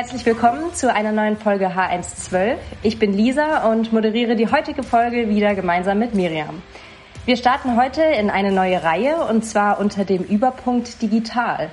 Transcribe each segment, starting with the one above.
Herzlich willkommen zu einer neuen Folge H112. Ich bin Lisa und moderiere die heutige Folge wieder gemeinsam mit Miriam. Wir starten heute in eine neue Reihe und zwar unter dem Überpunkt Digital.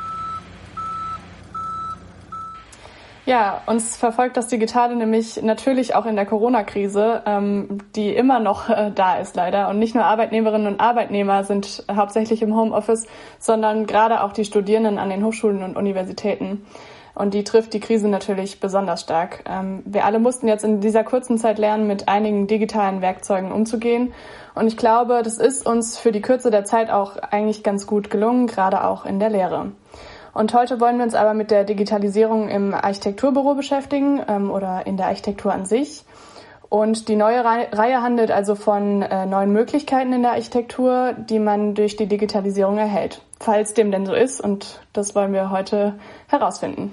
Ja, uns verfolgt das Digitale nämlich natürlich auch in der Corona-Krise, die immer noch da ist leider. Und nicht nur Arbeitnehmerinnen und Arbeitnehmer sind hauptsächlich im Homeoffice, sondern gerade auch die Studierenden an den Hochschulen und Universitäten. Und die trifft die Krise natürlich besonders stark. Wir alle mussten jetzt in dieser kurzen Zeit lernen, mit einigen digitalen Werkzeugen umzugehen. Und ich glaube, das ist uns für die Kürze der Zeit auch eigentlich ganz gut gelungen, gerade auch in der Lehre. Und heute wollen wir uns aber mit der Digitalisierung im Architekturbüro beschäftigen oder in der Architektur an sich. Und die neue Reihe handelt also von neuen Möglichkeiten in der Architektur, die man durch die Digitalisierung erhält. Falls dem denn so ist, und das wollen wir heute herausfinden.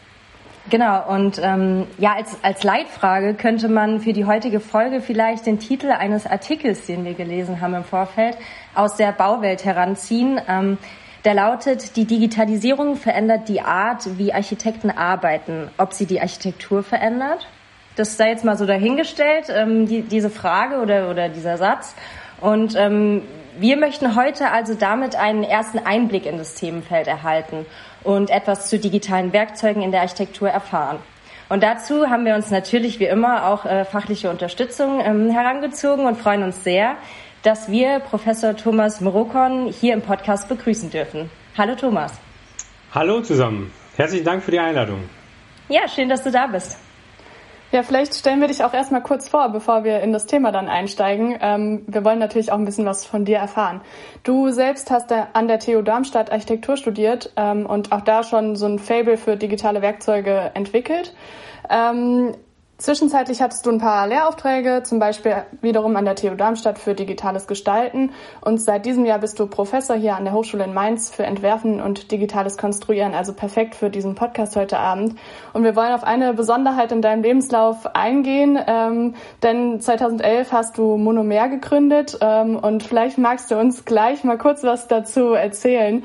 Genau, und als Leitfrage könnte man für die heutige Folge vielleicht den Titel eines Artikels, den wir gelesen haben im Vorfeld, aus der Bauwelt heranziehen. Der lautet: Die Digitalisierung verändert die Art, wie Architekten arbeiten. Ob sie die Architektur verändert? Das sei jetzt mal so dahingestellt, diese Frage oder dieser Satz. Und wir möchten heute also damit einen ersten Einblick in das Themenfeld erhalten und etwas zu digitalen Werkzeugen in der Architektur erfahren. Und dazu haben wir uns natürlich wie immer auch fachliche Unterstützung herangezogen und freuen uns sehr, dass wir Professor Thomas Morokon hier im Podcast begrüßen dürfen. Hallo Thomas. Hallo zusammen. Herzlichen Dank für die Einladung. Ja, schön, dass du da bist. Ja, vielleicht stellen wir dich auch erstmal kurz vor, bevor wir in das Thema dann einsteigen. Wir wollen natürlich auch ein bisschen was von dir erfahren. Du selbst hast an der TU Darmstadt Architektur studiert und auch da schon so ein Faible für digitale Werkzeuge entwickelt. Zwischenzeitlich hattest du ein paar Lehraufträge, zum Beispiel wiederum an der TU Darmstadt für digitales Gestalten. Und seit diesem Jahr bist du Professor hier an der Hochschule in Mainz für Entwerfen und digitales Konstruieren, also perfekt für diesen Podcast heute Abend. Und wir wollen auf eine Besonderheit in deinem Lebenslauf eingehen, denn 2011 hast du Monomer gegründet und vielleicht magst du uns gleich mal kurz was dazu erzählen.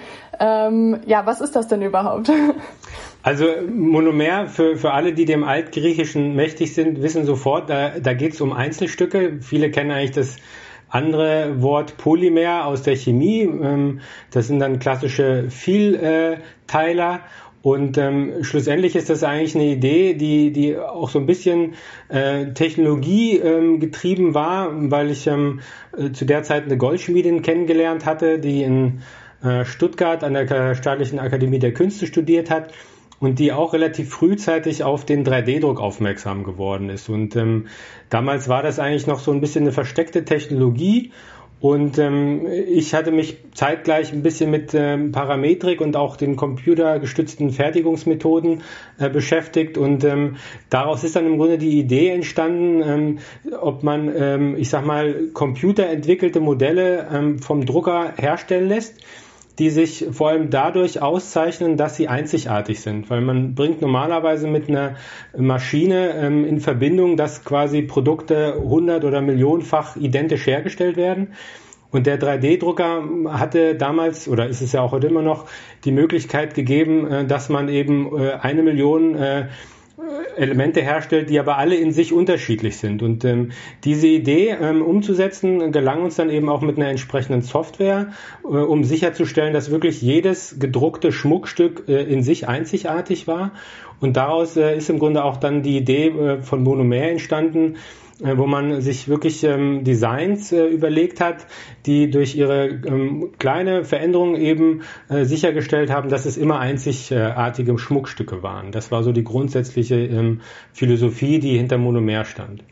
Was ist das denn überhaupt? Also Monomer, für alle, die dem Altgriechischen mächtig sind, wissen sofort, da geht es um Einzelstücke. Viele kennen eigentlich das andere Wort Polymer aus der Chemie. Das sind dann klassische Vielteiler. Und schlussendlich ist das eigentlich eine Idee, die auch so ein bisschen Technologie getrieben war, weil ich zu der Zeit eine Goldschmiedin kennengelernt hatte, die in Stuttgart an der Staatlichen Akademie der Künste studiert hat und die auch relativ frühzeitig auf den 3D-Druck aufmerksam geworden ist. Und damals war das eigentlich noch so ein bisschen eine versteckte Technologie. Und ich hatte mich zeitgleich ein bisschen mit Parametrik und auch den computergestützten Fertigungsmethoden beschäftigt. Und daraus ist dann im Grunde die Idee entstanden, ob man, computerentwickelte Modelle vom Drucker herstellen lässt, die sich vor allem dadurch auszeichnen, dass sie einzigartig sind. Weil man bringt normalerweise mit einer Maschine in Verbindung, dass quasi Produkte 100- oder millionenfach identisch hergestellt werden. Und der 3D-Drucker hatte damals, oder ist es ja auch heute immer noch, die Möglichkeit gegeben, dass man eben 1 Million Elemente herstellt, die aber alle in sich unterschiedlich sind. Und diese Idee umzusetzen, gelang uns dann eben auch mit einer entsprechenden Software, um sicherzustellen, dass wirklich jedes gedruckte Schmuckstück in sich einzigartig war. Und daraus ist im Grunde auch dann die Idee von Monomer entstanden, wo man sich wirklich Designs überlegt hat, die durch ihre kleine Veränderung eben sichergestellt haben, dass es immer einzigartige Schmuckstücke waren. Das war so die grundsätzliche Philosophie, die hinter Monomer stand.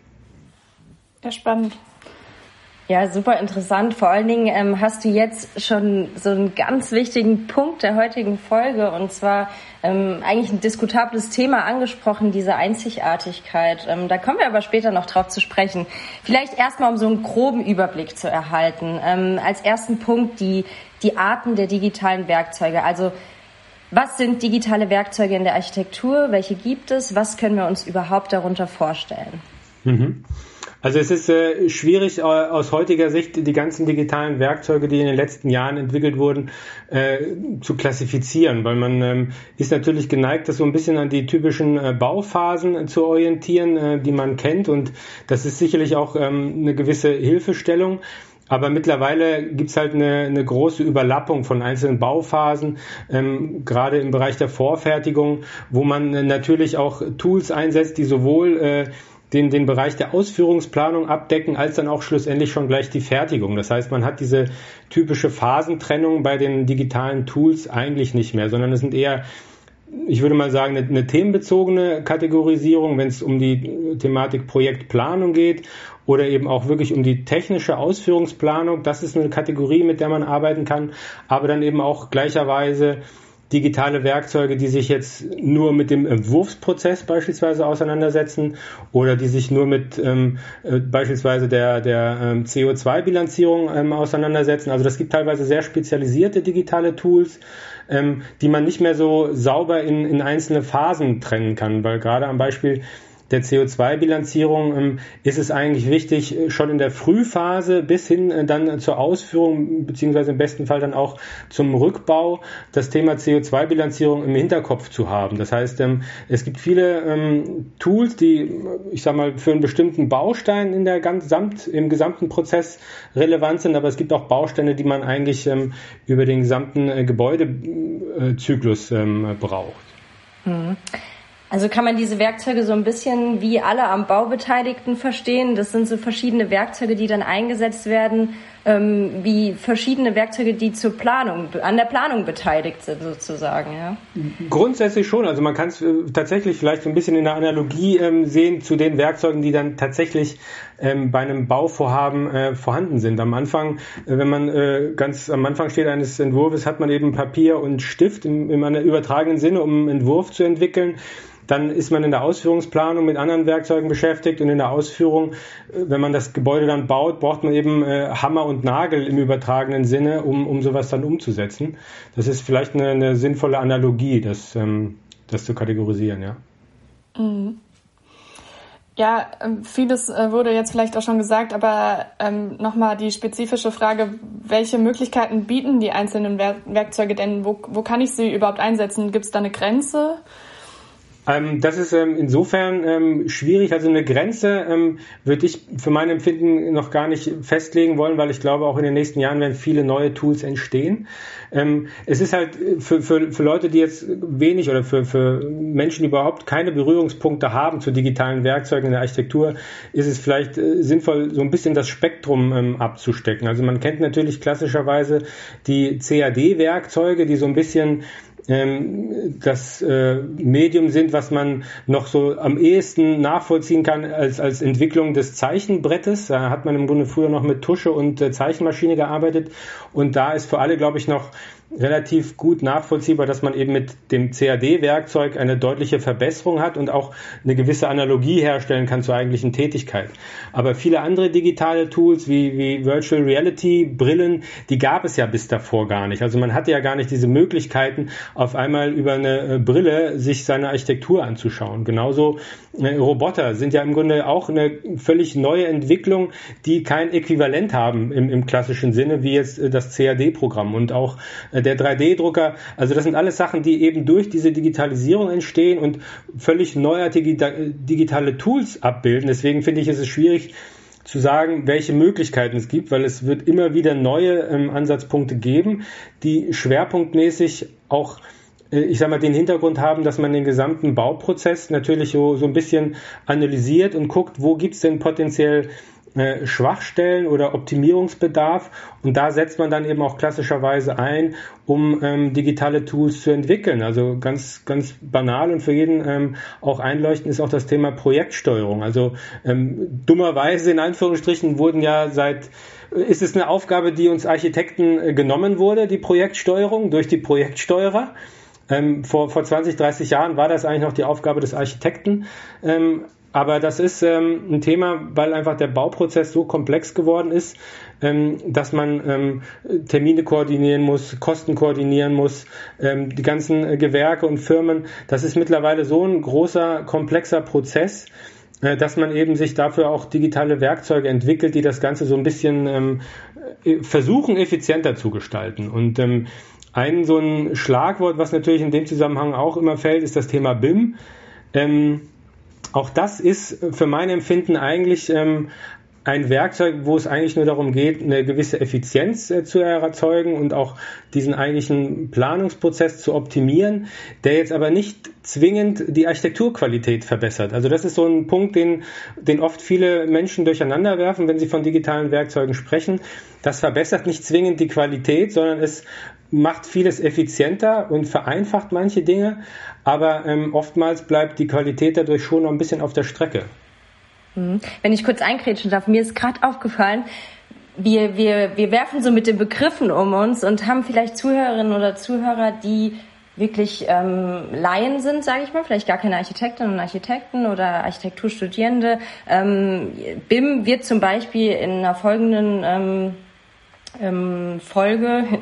Ja, spannend. Ja, super interessant. Vor allen Dingen hast du jetzt schon so einen ganz wichtigen Punkt der heutigen Folge, und zwar eigentlich ein diskutables Thema angesprochen, diese Einzigartigkeit. Da kommen wir aber später noch drauf zu sprechen. Vielleicht erstmal, um so einen groben Überblick zu erhalten. Als ersten Punkt die Arten der digitalen Werkzeuge. Also was sind digitale Werkzeuge in der Architektur? Welche gibt es? Was können wir uns überhaupt darunter vorstellen? Also es ist schwierig aus heutiger Sicht, die ganzen digitalen Werkzeuge, die in den letzten Jahren entwickelt wurden, zu klassifizieren, weil man ist natürlich geneigt, das so ein bisschen an die typischen Bauphasen zu orientieren, die man kennt, und das ist sicherlich auch eine gewisse Hilfestellung. Aber mittlerweile gibt's halt eine große Überlappung von einzelnen Bauphasen, gerade im Bereich der Vorfertigung, wo man natürlich auch Tools einsetzt, die sowohl den Bereich der Ausführungsplanung abdecken, als dann auch schlussendlich schon gleich die Fertigung. Das heißt, man hat diese typische Phasentrennung bei den digitalen Tools eigentlich nicht mehr, sondern es sind eher, ich würde mal sagen, eine themenbezogene Kategorisierung, wenn es um die Thematik Projektplanung geht, oder eben auch wirklich um die technische Ausführungsplanung. Das ist eine Kategorie, mit der man arbeiten kann, aber dann eben auch gleicherweise digitale Werkzeuge, die sich jetzt nur mit dem Entwurfsprozess beispielsweise auseinandersetzen oder die sich nur mit beispielsweise der CO2-Bilanzierung auseinandersetzen. Also das gibt teilweise sehr spezialisierte digitale Tools, die man nicht mehr so sauber in einzelne Phasen trennen kann, weil gerade am Beispiel der CO2-Bilanzierung ist es eigentlich wichtig, schon in der Frühphase bis hin dann zur Ausführung, beziehungsweise im besten Fall dann auch zum Rückbau, das Thema CO2-Bilanzierung im Hinterkopf zu haben. Das heißt, es gibt viele Tools, die, ich sag mal, für einen bestimmten Baustein im gesamten Prozess relevant sind, aber es gibt auch Bausteine, die man eigentlich über den gesamten Gebäudezyklus braucht. Mhm. Also kann man diese Werkzeuge so ein bisschen wie alle am Bau Beteiligten verstehen? Das sind so verschiedene Werkzeuge, die dann eingesetzt werden, wie verschiedene Werkzeuge, die an der Planung beteiligt sind sozusagen, ja? Grundsätzlich schon. Also man kann es tatsächlich vielleicht so ein bisschen in der Analogie sehen zu den Werkzeugen, die dann tatsächlich bei einem Bauvorhaben vorhanden sind. Am Anfang, wenn man ganz am Anfang steht eines Entwurfs, hat man eben Papier und Stift im übertragenen Sinne, um einen Entwurf zu entwickeln. Dann ist man in der Ausführungsplanung mit anderen Werkzeugen beschäftigt, und in der Ausführung, wenn man das Gebäude dann baut, braucht man eben Hammer und Nagel im übertragenen Sinne, um sowas dann umzusetzen. Das ist vielleicht eine sinnvolle Analogie, das zu kategorisieren, ja. Mhm. Ja, vieles wurde jetzt vielleicht auch schon gesagt, aber nochmal die spezifische Frage, welche Möglichkeiten bieten die einzelnen Werkzeuge denn? Wo kann ich sie überhaupt einsetzen? Gibt es da eine Grenze? Das ist insofern schwierig. Also eine Grenze würde ich für mein Empfinden noch gar nicht festlegen wollen, weil ich glaube, auch in den nächsten Jahren werden viele neue Tools entstehen. Es ist halt für Leute, die jetzt wenig, oder für Menschen, die überhaupt keine Berührungspunkte haben zu digitalen Werkzeugen in der Architektur, ist es vielleicht sinnvoll, so ein bisschen das Spektrum abzustecken. Also man kennt natürlich klassischerweise die CAD-Werkzeuge, die so ein bisschen das Medium sind, was man noch so am ehesten nachvollziehen kann als Entwicklung des Zeichenbrettes. Da hat man im Grunde früher noch mit Tusche und Zeichenmaschine gearbeitet, und da ist für alle, glaube ich, noch relativ gut nachvollziehbar, dass man eben mit dem CAD-Werkzeug eine deutliche Verbesserung hat und auch eine gewisse Analogie herstellen kann zur eigentlichen Tätigkeit. Aber viele andere digitale Tools wie Virtual Reality Brillen, die gab es ja bis davor gar nicht. Also man hatte ja gar nicht diese Möglichkeiten, auf einmal über eine Brille sich seine Architektur anzuschauen. Genauso Roboter sind ja im Grunde auch eine völlig neue Entwicklung, die kein Äquivalent haben im klassischen Sinne, wie jetzt das CAD-Programm und auch der 3D-Drucker. Also das sind alles Sachen, die eben durch diese Digitalisierung entstehen und völlig neuartige digitale Tools abbilden. Deswegen finde ich, ist es schwierig zu sagen, welche Möglichkeiten es gibt, weil es wird immer wieder neue Ansatzpunkte geben, die schwerpunktmäßig auch, ich sag mal, den Hintergrund haben, dass man den gesamten Bauprozess natürlich so ein bisschen analysiert und guckt, wo gibt's denn potenziell Schwachstellen oder Optimierungsbedarf, und da setzt man dann eben auch klassischerweise ein, um digitale Tools zu entwickeln. Also ganz, ganz banal und für jeden auch einleuchtend ist auch das Thema Projektsteuerung. Also dummerweise in Anführungsstrichen ist es eine Aufgabe, die uns Architekten genommen wurde, die Projektsteuerung, durch die Projektsteuerer. Vor 20, 30 Jahren war das eigentlich noch die Aufgabe des Architekten. Aber das ist ein Thema, weil einfach der Bauprozess so komplex geworden ist, dass man Termine koordinieren muss, Kosten koordinieren muss, die ganzen Gewerke und Firmen. Das ist mittlerweile so ein großer, komplexer Prozess, dass man eben sich dafür auch digitale Werkzeuge entwickelt, die das Ganze so ein bisschen versuchen, effizienter zu gestalten. Und ein so ein Schlagwort, was natürlich in dem Zusammenhang auch immer fällt, ist das Thema BIM. Auch das ist für mein Empfinden eigentlich ein Werkzeug, wo es eigentlich nur darum geht, eine gewisse Effizienz zu erzeugen und auch diesen eigentlichen Planungsprozess zu optimieren, der jetzt aber nicht zwingend die Architekturqualität verbessert. Also das ist so ein Punkt, den oft viele Menschen durcheinander werfen, wenn sie von digitalen Werkzeugen sprechen. Das verbessert nicht zwingend die Qualität, sondern es macht vieles effizienter und vereinfacht manche Dinge, aber oftmals bleibt die Qualität dadurch schon noch ein bisschen auf der Strecke. Wenn ich kurz eingrätschen darf, mir ist gerade aufgefallen, wir werfen so mit den Begriffen um uns und haben vielleicht Zuhörerinnen oder Zuhörer, die wirklich Laien sind, sage ich mal, vielleicht gar keine Architektinnen und Architekten oder Architekturstudierende. BIM wird zum Beispiel in einer folgenden Folge,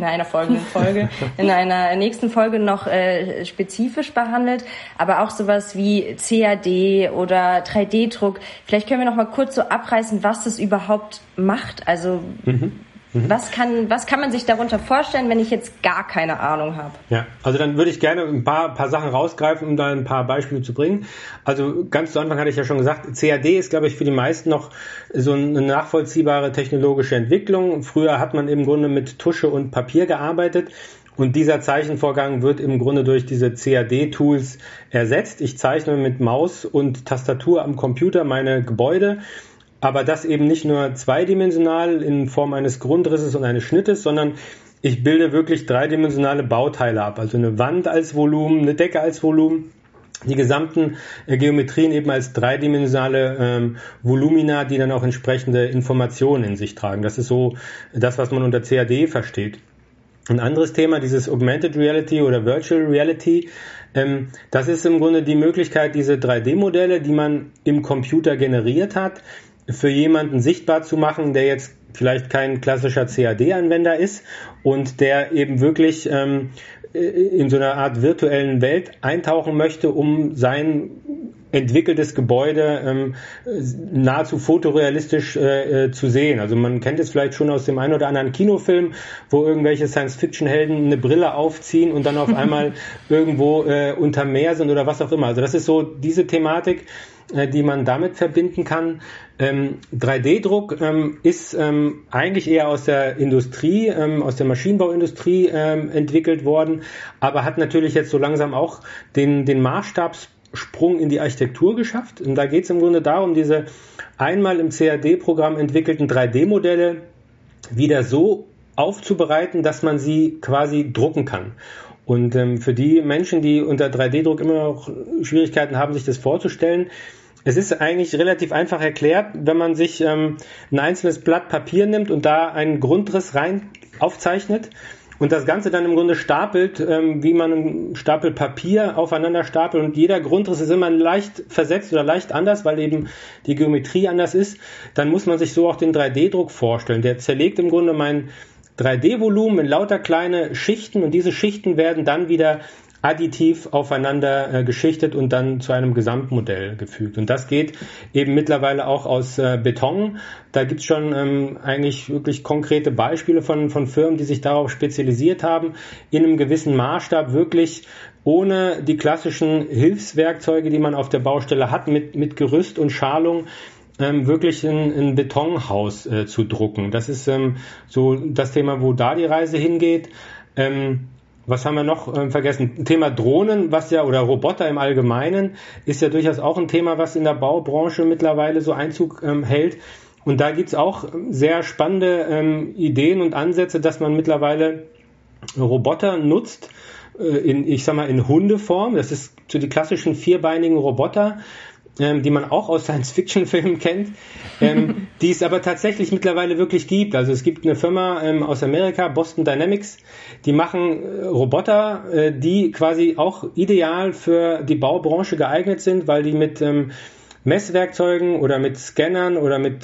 in einer nächsten Folge noch spezifisch behandelt, aber auch sowas wie CAD oder 3D-Druck. Vielleicht können wir noch mal kurz so abreißen, was das überhaupt macht. Also was kann man sich darunter vorstellen, wenn ich jetzt gar keine Ahnung habe? Ja, also dann würde ich gerne ein paar Sachen rausgreifen, um da ein paar Beispiele zu bringen. Also ganz zu Anfang hatte ich ja schon gesagt, CAD ist, glaube ich, für die meisten noch so eine nachvollziehbare technologische Entwicklung. Früher hat man im Grunde mit Tusche und Papier gearbeitet. Und dieser Zeichenvorgang wird im Grunde durch diese CAD-Tools ersetzt. Ich zeichne mit Maus und Tastatur am Computer meine Gebäude. Aber das eben nicht nur zweidimensional in Form eines Grundrisses und eines Schnittes, sondern ich bilde wirklich dreidimensionale Bauteile ab. Also eine Wand als Volumen, eine Decke als Volumen, die gesamten Geometrien eben als dreidimensionale Volumina, die dann auch entsprechende Informationen in sich tragen. Das ist so das, was man unter CAD versteht. Ein anderes Thema, dieses Augmented Reality oder Virtual Reality, das ist im Grunde die Möglichkeit, diese 3D-Modelle, die man im Computer generiert hat, für jemanden sichtbar zu machen, der jetzt vielleicht kein klassischer CAD-Anwender ist und der eben wirklich in so einer Art virtuellen Welt eintauchen möchte, um sein entwickeltes Gebäude nahezu fotorealistisch zu sehen. Also man kennt es vielleicht schon aus dem einen oder anderen Kinofilm, wo irgendwelche Science-Fiction-Helden eine Brille aufziehen und dann auf einmal irgendwo unterm Meer sind oder was auch immer. Also das ist so diese Thematik, die man damit verbinden kann. 3D-Druck ist eigentlich eher aus der Industrie, aus der Maschinenbauindustrie entwickelt worden, aber hat natürlich jetzt so langsam auch den Maßstabssprung in die Architektur geschafft. Und da geht es im Grunde darum, diese einmal im CAD-Programm entwickelten 3D-Modelle wieder so aufzubereiten, dass man sie quasi drucken kann. Und für die Menschen, die unter 3D-Druck immer noch Schwierigkeiten haben, sich das vorzustellen, es ist eigentlich relativ einfach erklärt, wenn man sich ein einzelnes Blatt Papier nimmt und da einen Grundriss rein aufzeichnet und das Ganze dann im Grunde stapelt, wie man einen Stapel Papier aufeinander stapelt, und jeder Grundriss ist immer leicht versetzt oder leicht anders, weil eben die Geometrie anders ist, dann muss man sich so auch den 3D-Druck vorstellen. Der zerlegt im Grunde mein 3D-Volumen in lauter kleine Schichten und diese Schichten werden dann wieder additiv aufeinander geschichtet und dann zu einem Gesamtmodell gefügt. Und das geht eben mittlerweile auch aus Beton. Da gibt's schon eigentlich wirklich konkrete Beispiele von Firmen, die sich darauf spezialisiert haben, in einem gewissen Maßstab wirklich ohne die klassischen Hilfswerkzeuge, die man auf der Baustelle hat, mit Gerüst und Schalung, wirklich ein Betonhaus zu drucken. Das ist so das Thema, wo da die Reise hingeht. Was haben wir noch vergessen? Thema Drohnen, oder Roboter im Allgemeinen, ist ja durchaus auch ein Thema, was in der Baubranche mittlerweile so Einzug hält. Und da gibt's auch sehr spannende Ideen und Ansätze, dass man mittlerweile Roboter nutzt, in Hundeform. Das ist so die klassischen vierbeinigen Roboter, die man auch aus Science-Fiction-Filmen kennt, die es aber tatsächlich mittlerweile wirklich gibt. Also es gibt eine Firma aus Amerika, Boston Dynamics, die machen Roboter, die quasi auch ideal für die Baubranche geeignet sind, weil die mit Messwerkzeugen oder mit Scannern oder mit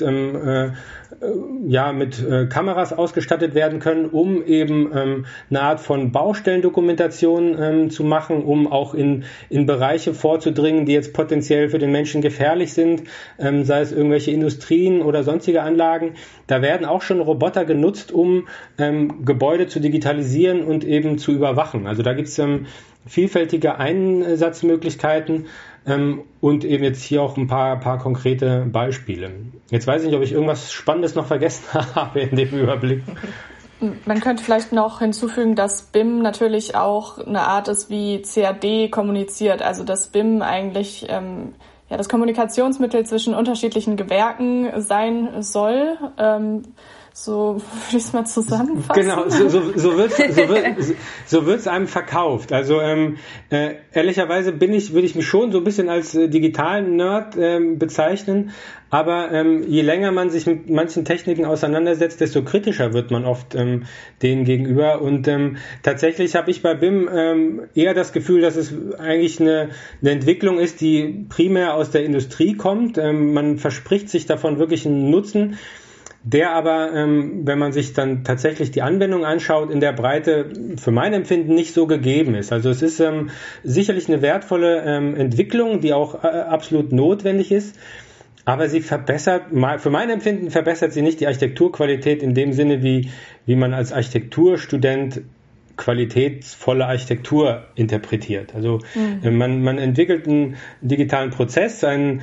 Kameras ausgestattet werden können, um eben eine Art von Baustellendokumentation zu machen, um auch in Bereiche vorzudringen, die jetzt potenziell für den Menschen gefährlich sind, sei es irgendwelche Industrien oder sonstige Anlagen. Da werden auch schon Roboter genutzt, um Gebäude zu digitalisieren und eben zu überwachen. Also da gibt es vielfältige Einsatzmöglichkeiten und eben jetzt hier auch ein paar konkrete Beispiele. Jetzt weiß ich nicht, ob ich irgendwas Spannendes noch vergessen habe in dem Überblick. Man könnte vielleicht noch hinzufügen, dass BIM natürlich auch eine Art ist, wie CAD kommuniziert. Also dass BIM eigentlich das Kommunikationsmittel zwischen unterschiedlichen Gewerken sein soll. So würde ich es mal zusammenfassen. Genau, so wird's einem verkauft. Also ehrlicherweise würde ich mich schon so ein bisschen als digitalen Nerd bezeichnen, aber je länger man sich mit manchen Techniken auseinandersetzt, desto kritischer wird man oft denen gegenüber. Und tatsächlich habe ich bei BIM eher das Gefühl, dass es eigentlich eine Entwicklung ist, die primär aus der Industrie kommt. Man verspricht sich davon wirklich einen Nutzen, der aber, wenn man sich dann tatsächlich die Anwendung anschaut, in der Breite für mein Empfinden nicht so gegeben ist. Also es ist sicherlich eine wertvolle Entwicklung, die auch absolut notwendig ist, aber sie für mein Empfinden verbessert sie nicht die Architekturqualität in dem Sinne, wie man als Architekturstudent qualitätsvolle Architektur interpretiert. Also man entwickelt einen digitalen Prozess, ein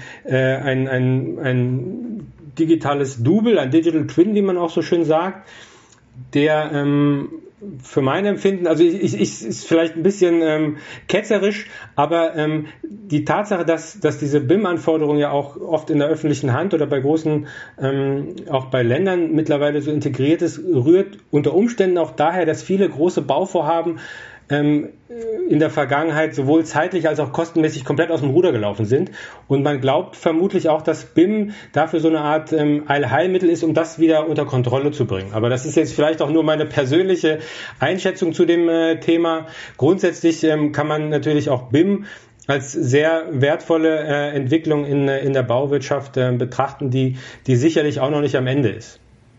digitales Double, ein Digital Twin, wie man auch so schön sagt, der für mein Empfinden, also ich ist vielleicht ein bisschen ketzerisch, aber die Tatsache, dass diese BIM-Anforderung ja auch oft in der öffentlichen Hand oder bei großen, auch bei Ländern mittlerweile so integriert ist, rührt unter Umständen auch daher, dass viele große Bauvorhaben in der Vergangenheit sowohl zeitlich als auch kostenmäßig komplett aus dem Ruder gelaufen sind. Und man glaubt vermutlich auch, dass BIM dafür so eine Art Allheilmittel ist, um das wieder unter Kontrolle zu bringen. Aber das ist jetzt vielleicht auch nur meine persönliche Einschätzung zu dem Thema. Grundsätzlich kann man natürlich auch BIM als sehr wertvolle Entwicklung in der Bauwirtschaft betrachten, die sicherlich auch noch nicht am Ende ist.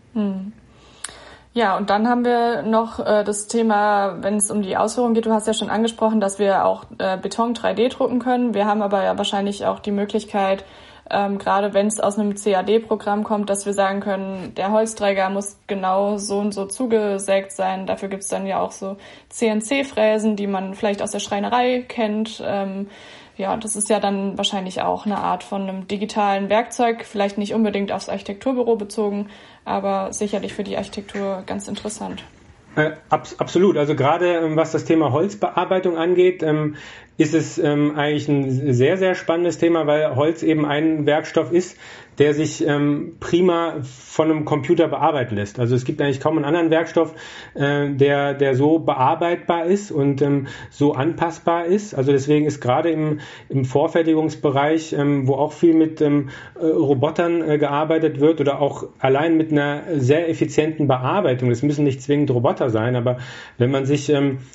Ja, und dann haben wir noch das Thema, wenn es um die Ausführung geht, du hast ja schon angesprochen, dass wir auch Beton 3D drucken können. Wir haben aber ja wahrscheinlich auch die Möglichkeit, gerade wenn es aus einem CAD-Programm kommt, dass wir sagen können, der Holzträger muss genau so und so zugesägt sein. Dafür gibt's dann ja auch so CNC-Fräsen, die man vielleicht aus der Schreinerei kennt. Das ist ja dann wahrscheinlich auch eine Art von einem digitalen Werkzeug, vielleicht nicht unbedingt aufs Architekturbüro bezogen, aber sicherlich für die Architektur ganz interessant. Absolut. Also gerade was das Thema Holzbearbeitung angeht, ist es eigentlich ein sehr, sehr spannendes Thema, weil Holz eben ein Werkstoff ist, der sich prima von einem Computer bearbeiten lässt. Also es gibt eigentlich kaum einen anderen Werkstoff, der so bearbeitbar ist und so anpassbar ist. Also deswegen ist gerade im Vorfertigungsbereich, wo auch viel mit Robotern gearbeitet wird oder auch allein mit einer sehr effizienten Bearbeitung, das müssen nicht zwingend Roboter sein, aber wenn man sich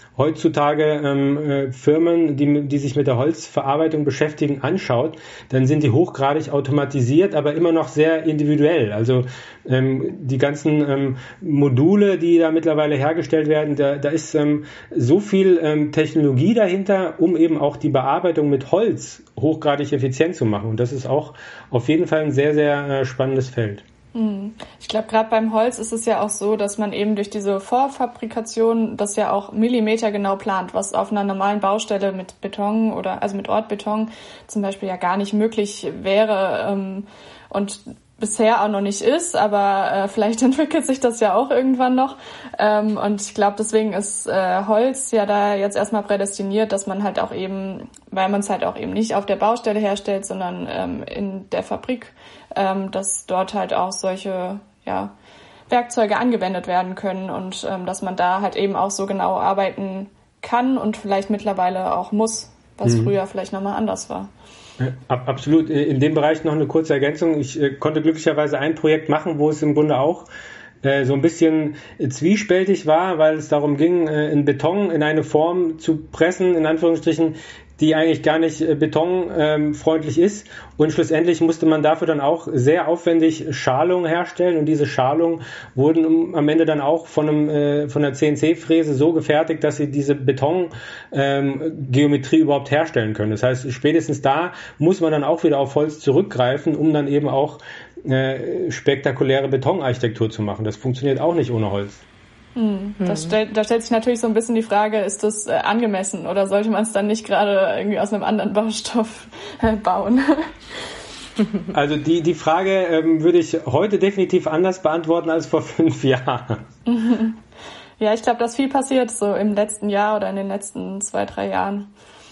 heutzutage Firmen, die sich mit der Holzverarbeitung beschäftigen, anschaut, dann sind die hochgradig automatisiert, aber immer noch sehr individuell. Also die ganzen Module, die da mittlerweile hergestellt werden, da ist so viel Technologie dahinter, um eben auch die Bearbeitung mit Holz hochgradig effizient zu machen. Und das ist auch auf jeden Fall ein sehr, sehr spannendes Feld. Ich glaube, gerade beim Holz ist es ja auch so, dass man eben durch diese Vorfabrikation das ja auch millimetergenau plant, was auf einer normalen Baustelle mit Beton also mit Ortbeton zum Beispiel ja gar nicht möglich wäre und bisher auch noch nicht ist, aber vielleicht entwickelt sich das ja auch irgendwann noch. Und ich glaube, deswegen ist Holz ja da jetzt erstmal prädestiniert, dass man halt auch eben, weil man es halt auch eben nicht auf der Baustelle herstellt, sondern in der Fabrik, dass dort halt auch solche Werkzeuge angewendet werden können und dass man da halt eben auch so genau arbeiten kann und vielleicht mittlerweile auch muss, was früher vielleicht nochmal anders war. Absolut. In dem Bereich noch eine kurze Ergänzung. Ich konnte glücklicherweise ein Projekt machen, wo es im Grunde auch so ein bisschen zwiespältig war, weil es darum ging, in Beton in eine Form zu pressen, in Anführungsstrichen, die eigentlich gar nicht betonfreundlich ist. Und schlussendlich musste man dafür dann auch sehr aufwendig Schalungen herstellen. Und diese Schalungen wurden am Ende dann auch von der CNC-Fräse so gefertigt, dass sie diese Betongeometrie überhaupt herstellen können. Das heißt, spätestens da muss man dann auch wieder auf Holz zurückgreifen, um dann eben auch spektakuläre Betonarchitektur zu machen. Das funktioniert auch nicht ohne Holz. Da stellt sich natürlich so ein bisschen die Frage, ist das angemessen oder sollte man es dann nicht gerade irgendwie aus einem anderen Baustoff bauen? Also die Frage würde ich heute definitiv anders beantworten als vor 5 Jahren. Ja, ich glaube, dass viel passiert so im letzten Jahr oder in den letzten 2-3 Jahren.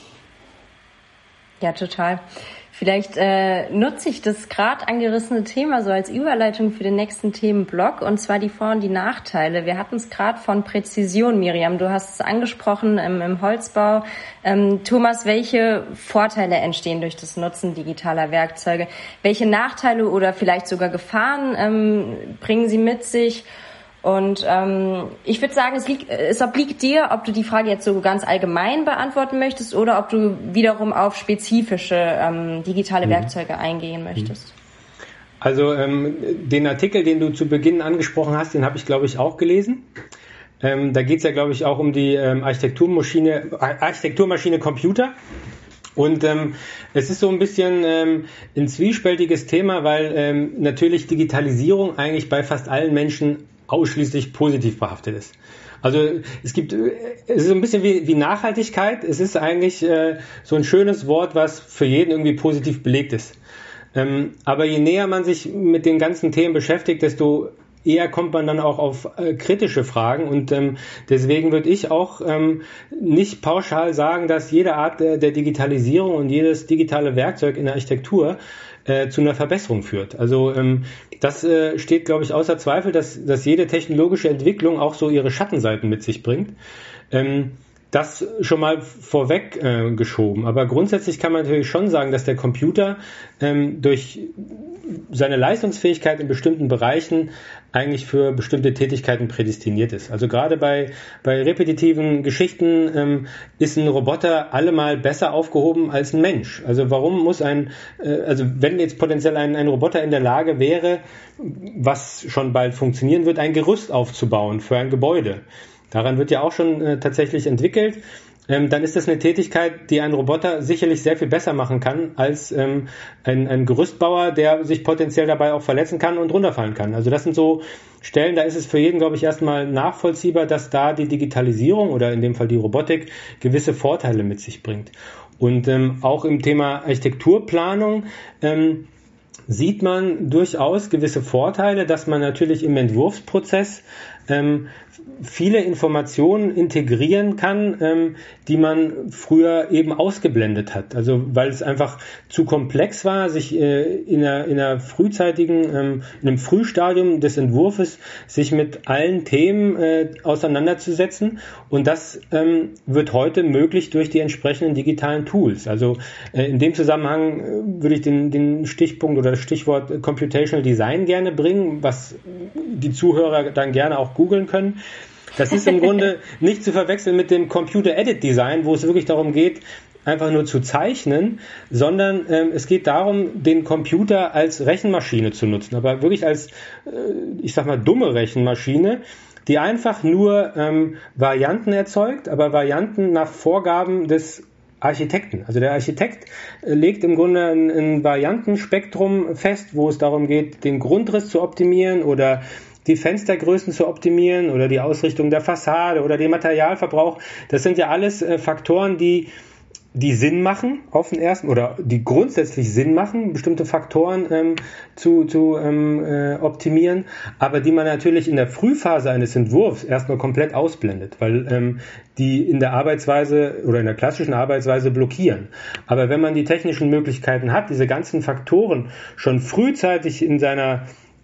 Ja, total. Vielleicht nutze ich das gerade angerissene Thema so als Überleitung für den nächsten Themenblock, und zwar die Vor- und die Nachteile. Wir hatten es gerade von Präzision, Miriam. Du hast es angesprochen im Holzbau. Thomas, welche Vorteile entstehen durch das Nutzen digitaler Werkzeuge? Welche Nachteile oder vielleicht sogar Gefahren bringen sie mit sich? Und ich würde sagen, es obliegt dir, ob du die Frage jetzt so ganz allgemein beantworten möchtest oder ob du wiederum auf spezifische digitale Werkzeuge eingehen möchtest. Also den Artikel, den du zu Beginn angesprochen hast, den habe ich, glaube ich, auch gelesen. Da geht es ja, glaube ich, auch um die Architekturmaschine Computer. Und es ist so ein bisschen ein zwiespältiges Thema, weil natürlich Digitalisierung eigentlich bei fast allen Menschen ausschließlich positiv behaftet ist. Also es ist so ein bisschen wie Nachhaltigkeit. Es ist eigentlich so ein schönes Wort, was für jeden irgendwie positiv belegt ist. Aber je näher man sich mit den ganzen Themen beschäftigt, desto eher kommt man dann auch auf kritische Fragen. Und deswegen würde ich auch nicht pauschal sagen, dass jede Art der Digitalisierung und jedes digitale Werkzeug in der Architektur zu einer Verbesserung führt. Also das steht, glaube ich, außer Zweifel, dass jede technologische Entwicklung auch so ihre Schattenseiten mit sich bringt. Das schon mal vorweg geschoben. Aber grundsätzlich kann man natürlich schon sagen, dass der Computer durch seine Leistungsfähigkeit in bestimmten Bereichen eigentlich für bestimmte Tätigkeiten prädestiniert ist. Also gerade bei repetitiven Geschichten ist ein Roboter allemal besser aufgehoben als ein Mensch. Also warum muss wenn jetzt potenziell ein Roboter in der Lage wäre, was schon bald funktionieren wird, ein Gerüst aufzubauen für ein Gebäude. Daran wird ja auch schon tatsächlich entwickelt. Dann ist das eine Tätigkeit, die ein Roboter sicherlich sehr viel besser machen kann als ein Gerüstbauer, der sich potenziell dabei auch verletzen kann und runterfallen kann. Also das sind so Stellen, da ist es für jeden, glaube ich, erstmal nachvollziehbar, dass da die Digitalisierung oder in dem Fall die Robotik gewisse Vorteile mit sich bringt. Und auch im Thema Architekturplanung sieht man durchaus gewisse Vorteile, dass man natürlich im Entwurfsprozess viele Informationen integrieren kann, die man früher eben ausgeblendet hat. Also weil es einfach zu komplex war, sich in einem Frühstadium des Entwurfs sich mit allen Themen auseinanderzusetzen. Und das wird heute möglich durch die entsprechenden digitalen Tools. Also in dem Zusammenhang würde ich den Stichpunkt oder das Stichwort Computational Design gerne bringen, was die Zuhörer dann gerne auch googeln können. Das ist im Grunde nicht zu verwechseln mit dem Computer Edit Design, wo es wirklich darum geht, einfach nur zu zeichnen, sondern es geht darum, den Computer als Rechenmaschine zu nutzen, aber wirklich als, ich sag mal, dumme Rechenmaschine, die einfach nur Varianten erzeugt, aber Varianten nach Vorgaben des Architekten. Also der Architekt legt im Grunde ein Variantenspektrum fest, wo es darum geht, den Grundriss zu optimieren oder die Fenstergrößen zu optimieren oder die Ausrichtung der Fassade oder den Materialverbrauch. Das sind ja alles Faktoren, die Sinn machen auf den ersten oder die grundsätzlich Sinn machen, bestimmte Faktoren zu optimieren, aber die man natürlich in der Frühphase eines Entwurfs erstmal komplett ausblendet, weil die in der Arbeitsweise oder in der klassischen Arbeitsweise blockieren. Aber wenn man die technischen Möglichkeiten hat, diese ganzen Faktoren schon frühzeitig in seiner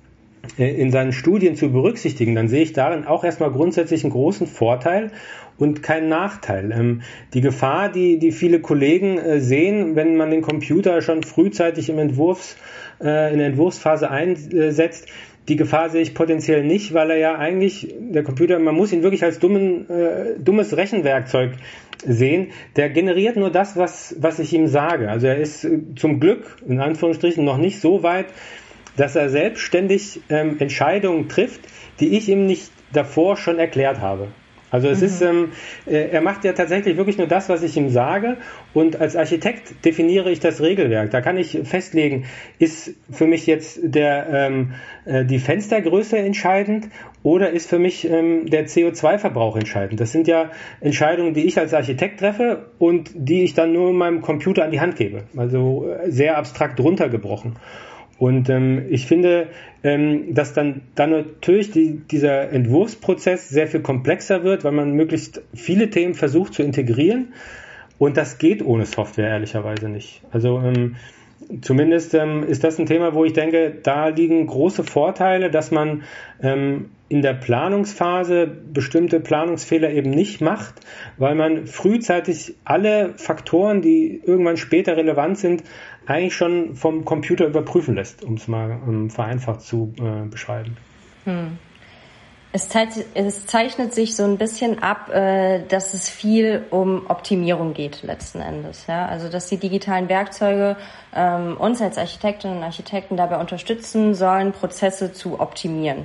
in seinen Studien zu berücksichtigen, dann sehe ich darin auch erstmal grundsätzlich einen großen Vorteil und keinen Nachteil. Die Gefahr, die viele Kollegen sehen, wenn man den Computer schon frühzeitig in der Entwurfsphase einsetzt, die Gefahr sehe ich potenziell nicht, weil er ja eigentlich, der Computer, man muss ihn wirklich als dummes Rechenwerkzeug sehen, der generiert nur das, was ich ihm sage. Also er ist zum Glück, in Anführungsstrichen, noch nicht so weit, dass er selbstständig Entscheidungen trifft, die ich ihm nicht davor schon erklärt habe. Also es ist, er macht ja tatsächlich wirklich nur das, was ich ihm sage, und als Architekt definiere ich das Regelwerk. Da kann ich festlegen, ist für mich jetzt die Fenstergröße entscheidend oder ist für mich der CO2-Verbrauch entscheidend. Das sind ja Entscheidungen, die ich als Architekt treffe und die ich dann nur meinem Computer an die Hand gebe. Also sehr abstrakt runtergebrochen. Und ich finde, dass dann natürlich dieser Entwurfsprozess sehr viel komplexer wird, weil man möglichst viele Themen versucht zu integrieren. Und das geht ohne Software ehrlicherweise nicht. Also zumindest ist das ein Thema, wo ich denke, da liegen große Vorteile, dass man in der Planungsphase bestimmte Planungsfehler eben nicht macht, weil man frühzeitig alle Faktoren, die irgendwann später relevant sind, eigentlich schon vom Computer überprüfen lässt, um es mal vereinfacht zu beschreiben. Es zeichnet sich so ein bisschen ab, dass es viel um Optimierung geht letzten Endes. Ja? Also dass die digitalen Werkzeuge uns als Architektinnen und Architekten dabei unterstützen sollen, Prozesse zu optimieren.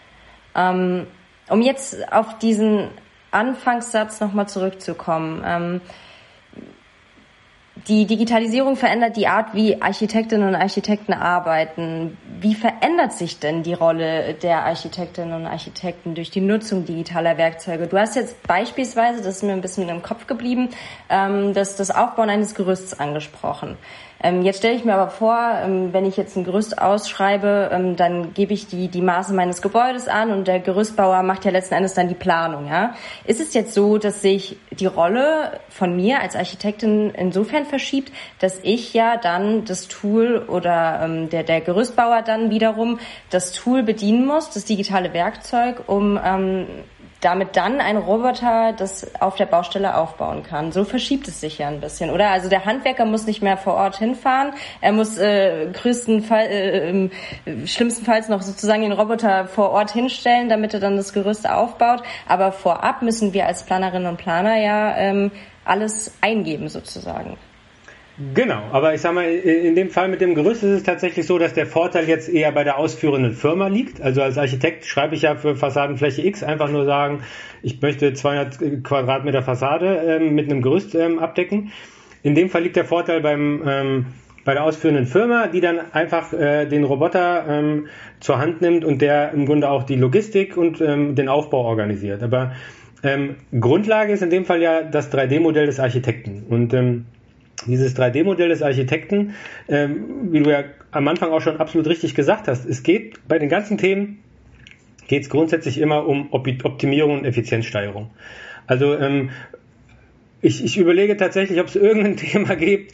Um jetzt auf diesen Anfangssatz nochmal zurückzukommen. Die Digitalisierung verändert die Art, wie Architektinnen und Architekten arbeiten. Wie verändert sich denn die Rolle der Architektinnen und Architekten durch die Nutzung digitaler Werkzeuge? Du hast jetzt beispielsweise, das ist mir ein bisschen im Kopf geblieben, das Aufbauen eines Gerüsts angesprochen. Jetzt stelle ich mir aber vor, wenn ich jetzt ein Gerüst ausschreibe, dann gebe ich die Maße meines Gebäudes an und der Gerüstbauer macht ja letzten Endes dann die Planung. Ja? Ist es jetzt so, dass sich die Rolle von mir als Architektin insofern verschiebt, dass ich ja dann das Tool oder der Gerüstbauer dann wiederum das Tool bedienen muss, das digitale Werkzeug, um damit dann ein Roboter das auf der Baustelle aufbauen kann. So verschiebt es sich ja ein bisschen, oder? Also der Handwerker muss nicht mehr vor Ort hinfahren. Er muss schlimmstenfalls noch sozusagen den Roboter vor Ort hinstellen, damit er dann das Gerüst aufbaut. Aber vorab müssen wir als Planerinnen und Planer ja alles eingeben sozusagen. Genau, aber ich sag mal, in dem Fall mit dem Gerüst ist es tatsächlich so, dass der Vorteil jetzt eher bei der ausführenden Firma liegt. Also als Architekt schreibe ich ja für Fassadenfläche X einfach nur sagen, ich möchte 200 Quadratmeter Fassade mit einem Gerüst abdecken. In dem Fall liegt der Vorteil bei der ausführenden Firma, die dann einfach den Roboter zur Hand nimmt und der im Grunde auch die Logistik und den Aufbau organisiert. Aber Grundlage ist in dem Fall ja das 3D-Modell des Architekten. Und dieses 3D-Modell des Architekten, wie du ja am Anfang auch schon absolut richtig gesagt hast, es geht bei den ganzen Themen, geht es grundsätzlich immer um Optimierung und Effizienzsteigerung. Also ich überlege tatsächlich, ob es irgendein Thema gibt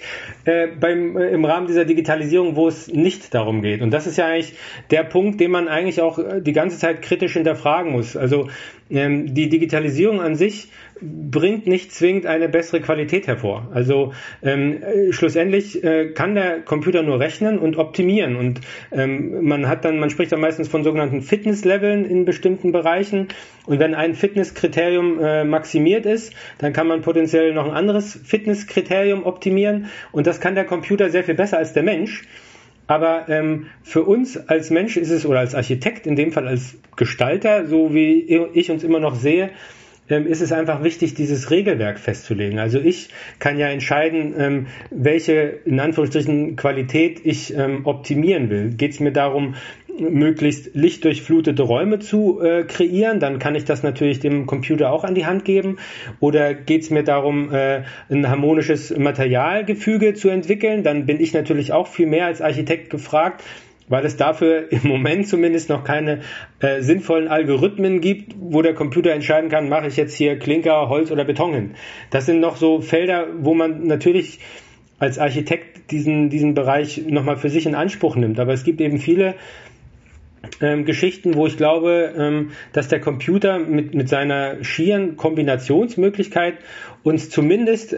im Rahmen dieser Digitalisierung, wo es nicht darum geht. Und das ist ja eigentlich der Punkt, den man eigentlich auch die ganze Zeit kritisch hinterfragen muss. Also die Digitalisierung an sich bringt nicht zwingend eine bessere Qualität hervor. Also schlussendlich kann der Computer nur rechnen und optimieren. Und man spricht dann meistens von sogenannten Fitnessleveln in bestimmten Bereichen. Und wenn ein Fitnesskriterium maximiert ist, dann kann man potenziell noch ein anderes Fitnesskriterium optimieren. Und das kann der Computer sehr viel besser als der Mensch. Aber für uns als Mensch ist es, oder als Architekt, in dem Fall als Gestalter, so wie ich uns immer noch sehe, ist es einfach wichtig, dieses Regelwerk festzulegen. Also ich kann ja entscheiden, welche, in Anführungsstrichen, Qualität ich optimieren will. Geht es mir darum, möglichst lichtdurchflutete Räume zu kreieren, dann kann ich das natürlich dem Computer auch an die Hand geben. Oder geht es mir darum, ein harmonisches Materialgefüge zu entwickeln, dann bin ich natürlich auch viel mehr als Architekt gefragt, weil es dafür im Moment zumindest noch keine sinnvollen Algorithmen gibt, wo der Computer entscheiden kann, mache ich jetzt hier Klinker, Holz oder Beton hin. Das sind noch so Felder, wo man natürlich als Architekt diesen Bereich nochmal für sich in Anspruch nimmt. Aber es gibt eben viele Geschichten, wo ich glaube, dass der Computer mit seiner schieren Kombinationsmöglichkeit uns zumindest,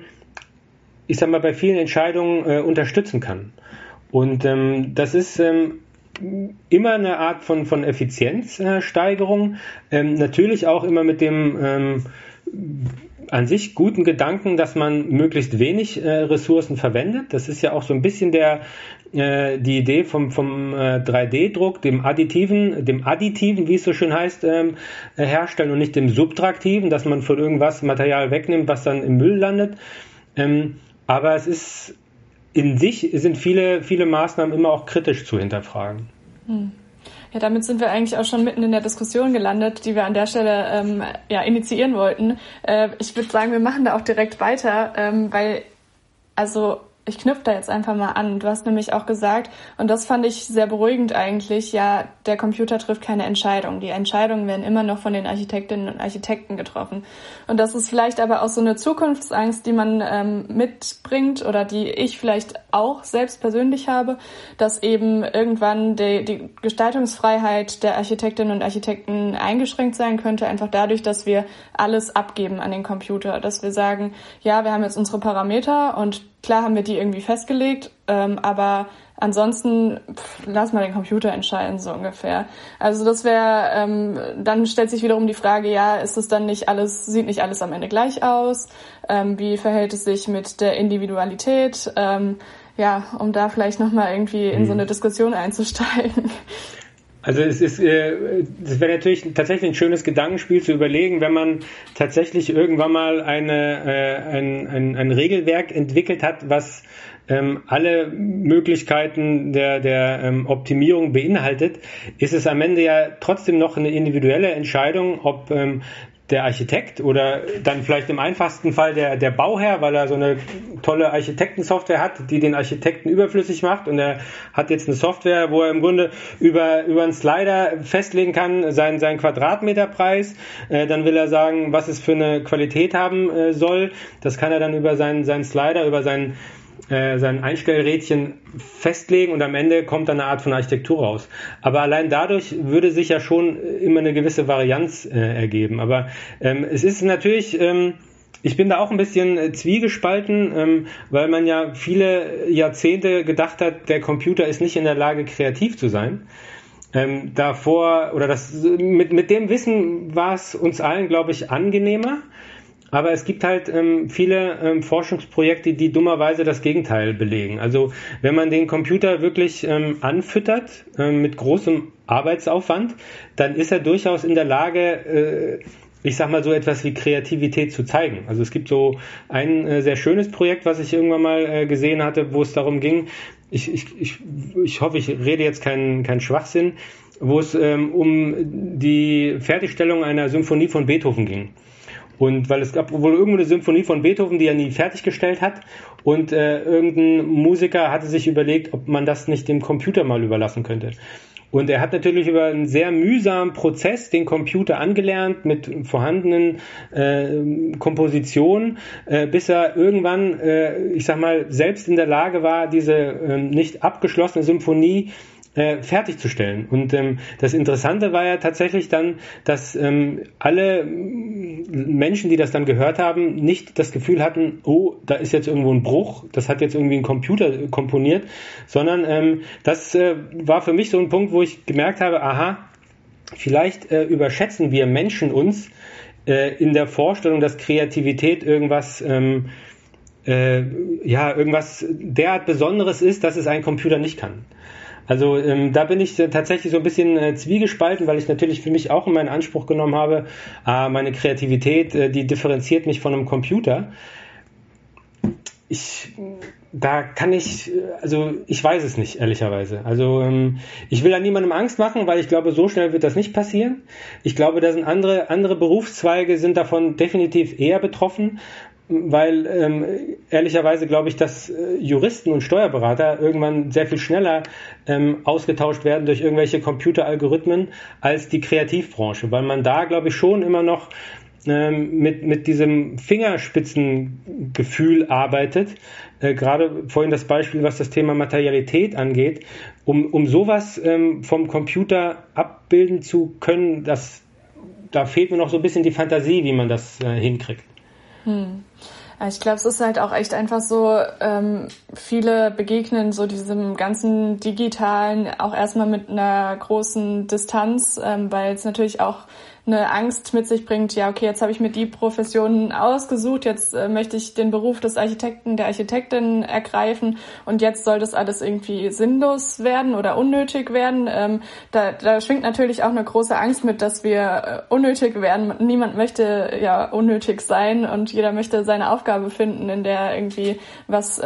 ich sag mal, bei vielen Entscheidungen unterstützen kann. Und das ist immer eine Art von Effizienzsteigerung, natürlich auch immer mit dem an sich guten Gedanken, dass man möglichst wenig Ressourcen verwendet. Das ist ja auch so ein bisschen die Idee vom 3D-Druck, dem additiven, wie es so schön heißt, herstellen und nicht dem subtraktiven, dass man von irgendwas Material wegnimmt, was dann im Müll landet. Aber es ist in sich sind viele Maßnahmen immer auch kritisch zu hinterfragen. Ja, damit sind wir eigentlich auch schon mitten in der Diskussion gelandet, die wir an der Stelle initiieren wollten. Ich würde sagen, wir machen da auch direkt weiter, weil ich knüpfe da jetzt einfach mal an. Du hast nämlich auch gesagt, und das fand ich sehr beruhigend eigentlich, ja, der Computer trifft keine Entscheidung. Die Entscheidungen werden immer noch von den Architektinnen und Architekten getroffen. Und das ist vielleicht aber auch so eine Zukunftsangst, die man mitbringt oder die ich vielleicht auch selbst persönlich habe, dass eben irgendwann die Gestaltungsfreiheit der Architektinnen und Architekten eingeschränkt sein könnte, einfach dadurch, dass wir alles abgeben an den Computer. Dass wir sagen, ja, wir haben jetzt unsere Parameter und klar haben wir die irgendwie festgelegt, aber ansonsten lass mal den Computer entscheiden, so ungefähr. Also das wäre, dann stellt sich wiederum die Frage, ja, ist es dann sieht nicht alles am Ende gleich aus? Wie verhält es sich mit der Individualität? Um da vielleicht nochmal irgendwie in so eine Diskussion einzusteigen. Also das wäre natürlich tatsächlich ein schönes Gedankenspiel zu überlegen, wenn man tatsächlich irgendwann mal ein Regelwerk entwickelt hat, was alle Möglichkeiten der Optimierung beinhaltet, ist es am Ende ja trotzdem noch eine individuelle Entscheidung, ob der Architekt oder dann vielleicht im einfachsten Fall der Bauherr, weil er so eine tolle Architektensoftware hat, die den Architekten überflüssig macht, und er hat jetzt eine Software, wo er im Grunde über einen Slider festlegen kann, seinen Quadratmeterpreis, dann will er sagen, was es für eine Qualität haben soll, das kann er dann über seinen Slider, über sein Einstellrädchen festlegen, und am Ende kommt dann eine Art von Architektur raus. Aber allein dadurch würde sich ja schon immer eine gewisse Varianz ergeben. Aber es ist natürlich, ich bin da auch ein bisschen zwiegespalten, weil man ja viele Jahrzehnte gedacht hat, der Computer ist nicht in der Lage, kreativ zu sein. Mit dem Wissen war es uns allen, glaube ich, angenehmer. Aber es gibt halt viele Forschungsprojekte, die dummerweise das Gegenteil belegen. Also wenn man den Computer wirklich anfüttert mit großem Arbeitsaufwand, dann ist er durchaus in der Lage, ich sag mal, so etwas wie Kreativität zu zeigen. Also es gibt so ein sehr schönes Projekt, was ich irgendwann mal gesehen hatte, wo es darum ging, ich hoffe, ich rede jetzt keinen Schwachsinn, wo es um die Fertigstellung einer Symphonie von Beethoven ging. Und weil es gab wohl irgendwo eine Symphonie von Beethoven, die er nie fertiggestellt hat, und irgendein Musiker hatte sich überlegt, ob man das nicht dem Computer mal überlassen könnte. Und er hat natürlich über einen sehr mühsamen Prozess den Computer angelernt mit vorhandenen Kompositionen, bis er irgendwann, selbst in der Lage war, diese nicht abgeschlossene Symphonie fertigzustellen. Und das Interessante war ja tatsächlich dann, dass alle Menschen, die das dann gehört haben, nicht das Gefühl hatten, oh, da ist jetzt irgendwo ein Bruch, das hat jetzt irgendwie ein Computer komponiert, sondern das war für mich so ein Punkt, wo ich gemerkt habe, aha, vielleicht überschätzen wir Menschen uns in der Vorstellung, dass Kreativität irgendwas derart Besonderes ist, dass es ein Computer nicht kann. Also da bin ich tatsächlich so ein bisschen zwiegespalten, weil ich natürlich für mich auch in meinen Anspruch genommen habe, meine Kreativität, die differenziert mich von einem Computer. Ich weiß es nicht, ehrlicherweise. Also ich will da niemandem Angst machen, weil ich glaube, so schnell wird das nicht passieren. Ich glaube, da sind andere Berufszweige sind davon definitiv eher betroffen, weil ehrlicherweise glaube ich, dass Juristen und Steuerberater irgendwann sehr viel schneller ausgetauscht werden durch irgendwelche Computeralgorithmen als die Kreativbranche, weil man da, glaube ich, schon immer noch mit diesem Fingerspitzengefühl arbeitet, gerade vorhin das Beispiel, was das Thema Materialität angeht, um sowas vom Computer abbilden zu können, da fehlt mir noch so ein bisschen die Fantasie, wie man das hinkriegt. Ich glaube, es ist halt auch echt einfach so, viele begegnen so diesem ganzen Digitalen auch erstmal mit einer großen Distanz, weil es natürlich auch eine Angst mit sich bringt, ja okay, jetzt habe ich mir die Profession ausgesucht, jetzt möchte ich den Beruf des Architekten, der Architektin ergreifen und jetzt soll das alles irgendwie sinnlos werden oder unnötig werden. Da schwingt natürlich auch eine große Angst mit, dass wir unnötig werden. Niemand möchte ja unnötig sein und jeder möchte seine Aufgabe finden, in der er irgendwie was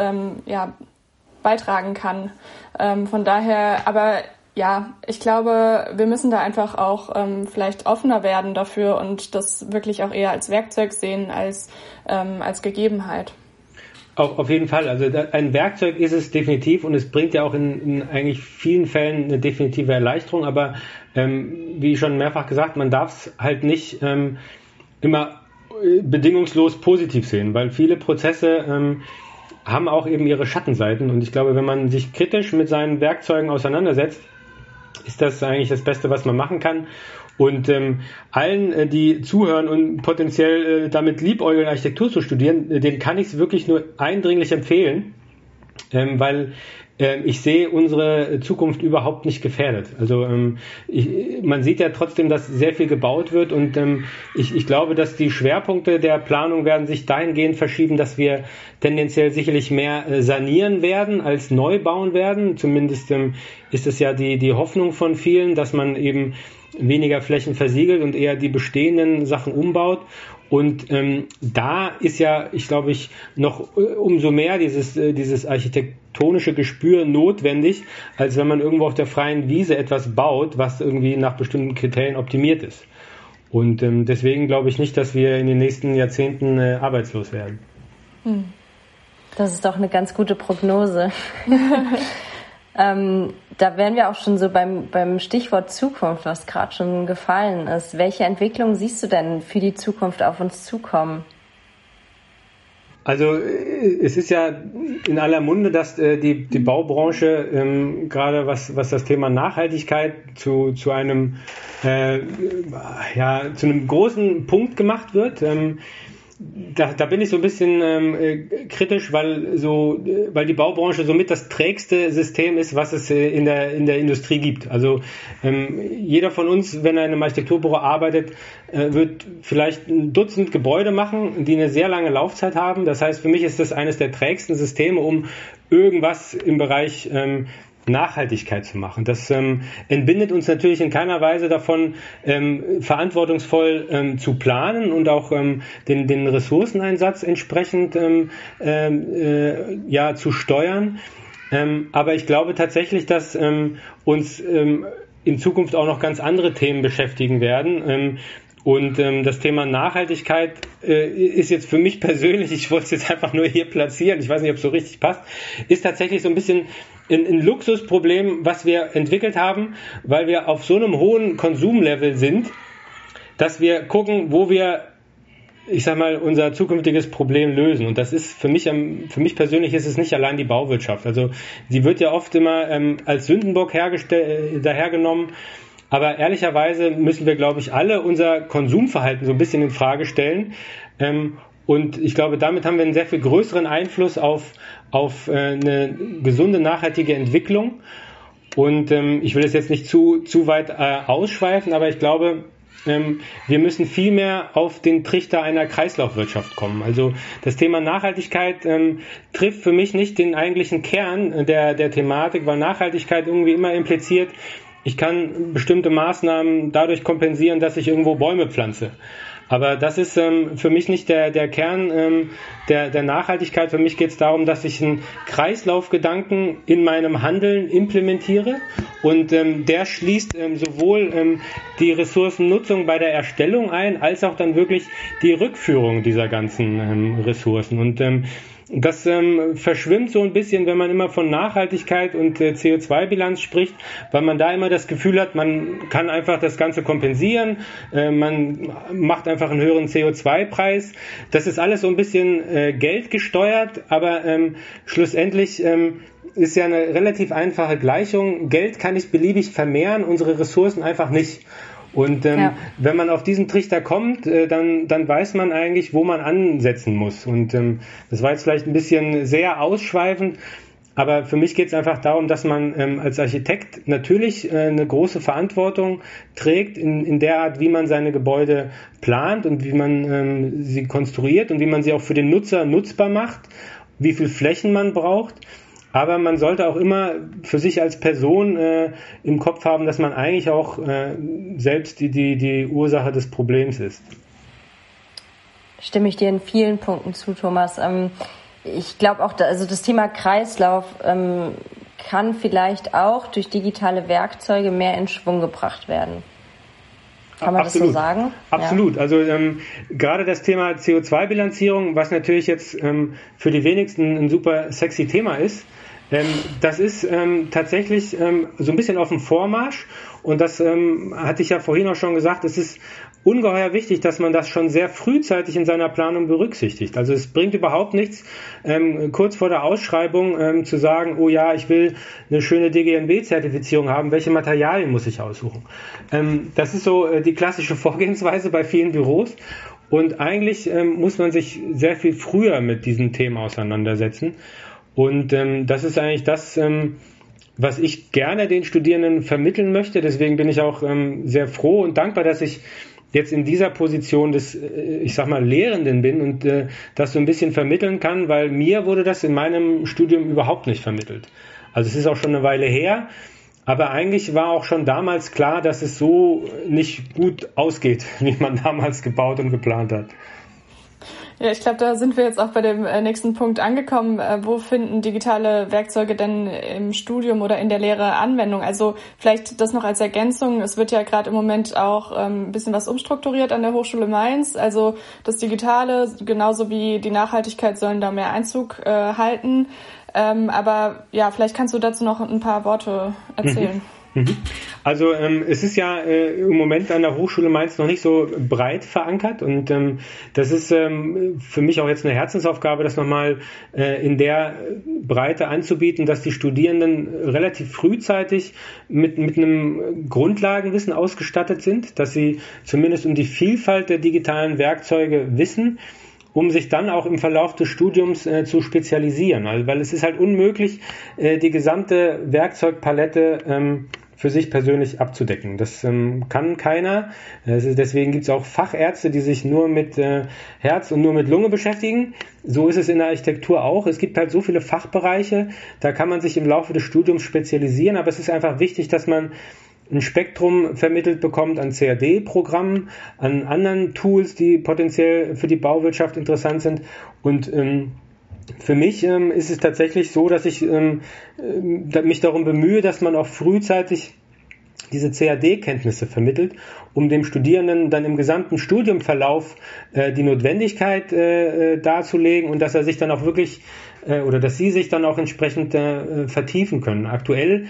beitragen kann. Von daher, aber ja, ich glaube, wir müssen da einfach auch vielleicht offener werden dafür und das wirklich auch eher als Werkzeug sehen als Gegebenheit. Auf jeden Fall. Also ein Werkzeug ist es definitiv und es bringt ja auch in eigentlich vielen Fällen eine definitive Erleichterung. Aber wie schon mehrfach gesagt, man darf es halt nicht immer bedingungslos positiv sehen, weil viele Prozesse haben auch eben ihre Schattenseiten. Und ich glaube, wenn man sich kritisch mit seinen Werkzeugen auseinandersetzt, ist das eigentlich das Beste, was man machen kann. Und allen, die zuhören und potenziell damit liebäugeln, Architektur zu studieren, denen kann ich es wirklich nur eindringlich empfehlen, weil ich sehe unsere Zukunft überhaupt nicht gefährdet. Also man sieht ja trotzdem, dass sehr viel gebaut wird und ich glaube, dass die Schwerpunkte der Planung werden sich dahingehend verschieben, dass wir tendenziell sicherlich mehr sanieren werden als neu bauen werden. Zumindest ist es ja die Hoffnung von vielen, dass man eben weniger Flächen versiegelt und eher die bestehenden Sachen umbaut. Und da ist ja, ich glaube, noch umso mehr dieses architektonische Gespür notwendig, als wenn man irgendwo auf der freien Wiese etwas baut, was irgendwie nach bestimmten Kriterien optimiert ist. Und deswegen glaube ich nicht, dass wir in den nächsten Jahrzehnten arbeitslos werden. Das ist doch eine ganz gute Prognose. Da wären wir auch schon so beim Stichwort Zukunft, was gerade schon gefallen ist. Welche Entwicklung siehst du denn für die Zukunft auf uns zukommen? Also es ist ja in aller Munde, dass die Baubranche gerade was das Thema Nachhaltigkeit zu einem großen Punkt gemacht wird. Da bin ich so ein bisschen kritisch, weil die Baubranche somit das trägste System ist, was es in der Industrie gibt. Also jeder von uns, wenn er in einem Architekturbüro arbeitet, wird vielleicht ein Dutzend Gebäude machen, die eine sehr lange Laufzeit haben. Das heißt, für mich ist das eines der trägsten Systeme, um irgendwas im Bereich Nachhaltigkeit zu machen. Das entbindet uns natürlich in keiner Weise davon, verantwortungsvoll zu planen und auch den Ressourceneinsatz entsprechend zu steuern. Aber ich glaube tatsächlich, dass uns in Zukunft auch noch ganz andere Themen beschäftigen werden. Und das Thema Nachhaltigkeit ist jetzt für mich persönlich, ich wollte es jetzt einfach nur hier platzieren, ich weiß nicht, ob es so richtig passt, ist tatsächlich so ein bisschen ein Luxusproblem, was wir entwickelt haben, weil wir auf so einem hohen Konsumlevel sind, dass wir gucken, wo wir, ich sag mal, unser zukünftiges Problem lösen. Und das ist für mich persönlich ist es nicht allein die Bauwirtschaft. Also sie wird ja oft immer als Sündenbock dahergenommen. Aber ehrlicherweise müssen wir, glaube ich, alle unser Konsumverhalten so ein bisschen in Frage stellen. Und ich glaube, damit haben wir einen sehr viel größeren Einfluss auf eine gesunde, nachhaltige Entwicklung. Und ich will es jetzt nicht zu weit ausschweifen, aber ich glaube, wir müssen viel mehr auf den Trichter einer Kreislaufwirtschaft kommen. Also das Thema Nachhaltigkeit trifft für mich nicht den eigentlichen Kern der Thematik, weil Nachhaltigkeit irgendwie immer impliziert, ich kann bestimmte Maßnahmen dadurch kompensieren, dass ich irgendwo Bäume pflanze. Aber das ist für mich nicht der Kern der Nachhaltigkeit. Für mich geht es darum, dass ich einen Kreislaufgedanken in meinem Handeln implementiere und der schließt sowohl die Ressourcennutzung bei der Erstellung ein, als auch dann wirklich die Rückführung dieser ganzen Ressourcen. Und das verschwimmt so ein bisschen, wenn man immer von Nachhaltigkeit und CO2-Bilanz spricht, weil man da immer das Gefühl hat, man kann einfach das Ganze kompensieren, man macht einfach einen höheren CO2-Preis. Das ist alles so ein bisschen geldgesteuert, aber schlussendlich ist ja eine relativ einfache Gleichung. Geld kann ich beliebig vermehren, unsere Ressourcen einfach nicht. Und wenn man auf diesen Trichter kommt, dann weiß man eigentlich, wo man ansetzen muss. Und das war jetzt vielleicht ein bisschen sehr ausschweifend, aber für mich geht es einfach darum, dass man als Architekt natürlich eine große Verantwortung trägt in der Art, wie man seine Gebäude plant und wie man sie konstruiert und wie man sie auch für den Nutzer nutzbar macht, wie viel Flächen man braucht. Aber man sollte auch immer für sich als Person im Kopf haben, dass man eigentlich auch selbst die Ursache des Problems ist. Stimme ich dir in vielen Punkten zu, Thomas. Ich glaube auch, also das Thema Kreislauf kann vielleicht auch durch digitale Werkzeuge mehr in Schwung gebracht werden. Kann man Absolut. Das so sagen? Absolut. Ja. Also gerade das Thema CO2-Bilanzierung, was natürlich jetzt für die wenigsten ein super sexy Thema ist, das ist tatsächlich so ein bisschen auf dem Vormarsch und das hatte ich ja vorhin auch schon gesagt, es ist ungeheuer wichtig, dass man das schon sehr frühzeitig in seiner Planung berücksichtigt. Also es bringt überhaupt nichts, kurz vor der Ausschreibung zu sagen, oh ja, ich will eine schöne DGNB-Zertifizierung haben, welche Materialien muss ich aussuchen? Das ist so die klassische Vorgehensweise bei vielen Büros und eigentlich muss man sich sehr viel früher mit diesen Themen auseinandersetzen. Und das ist eigentlich das, was ich gerne den Studierenden vermitteln möchte. Deswegen bin ich auch sehr froh und dankbar, dass ich jetzt in dieser Position des, ich sag mal, Lehrenden bin und das so ein bisschen vermitteln kann, weil mir wurde das in meinem Studium überhaupt nicht vermittelt. Also es ist auch schon eine Weile her, aber eigentlich war auch schon damals klar, dass es so nicht gut ausgeht, wie man damals gebaut und geplant hat. Ja, ich glaube, da sind wir jetzt auch bei dem nächsten Punkt angekommen. Wo finden digitale Werkzeuge denn im Studium oder in der Lehre Anwendung? Also vielleicht das noch als Ergänzung. Es wird ja gerade im Moment auch ein bisschen was umstrukturiert an der Hochschule Mainz. Also das Digitale genauso wie die Nachhaltigkeit sollen da mehr Einzug halten. Aber ja, vielleicht kannst du dazu noch ein paar Worte erzählen. Also es ist ja im Moment an der Hochschule Mainz noch nicht so breit verankert und das ist für mich auch jetzt eine Herzensaufgabe, das nochmal in der Breite anzubieten, dass die Studierenden relativ frühzeitig mit einem Grundlagenwissen ausgestattet sind, dass sie zumindest um die Vielfalt der digitalen Werkzeuge wissen, um sich dann auch im Verlauf des Studiums zu spezialisieren. Also, weil es ist halt unmöglich, die gesamte Werkzeugpalette für sich persönlich abzudecken. Das kann keiner. Deswegen gibt es auch Fachärzte, die sich nur mit Herz und nur mit Lunge beschäftigen. So ist es in der Architektur auch. Es gibt halt so viele Fachbereiche, da kann man sich im Laufe des Studiums spezialisieren, aber es ist einfach wichtig, dass man ein Spektrum vermittelt bekommt an CAD-Programmen, an anderen Tools, die potenziell für die Bauwirtschaft interessant sind. Und für mich ist es tatsächlich so, dass ich mich darum bemühe, dass man auch frühzeitig diese CAD-Kenntnisse vermittelt, um dem Studierenden dann im gesamten Studiumverlauf die Notwendigkeit darzulegen und dass er sich dann auch wirklich oder dass sie sich dann auch entsprechend vertiefen können. Aktuell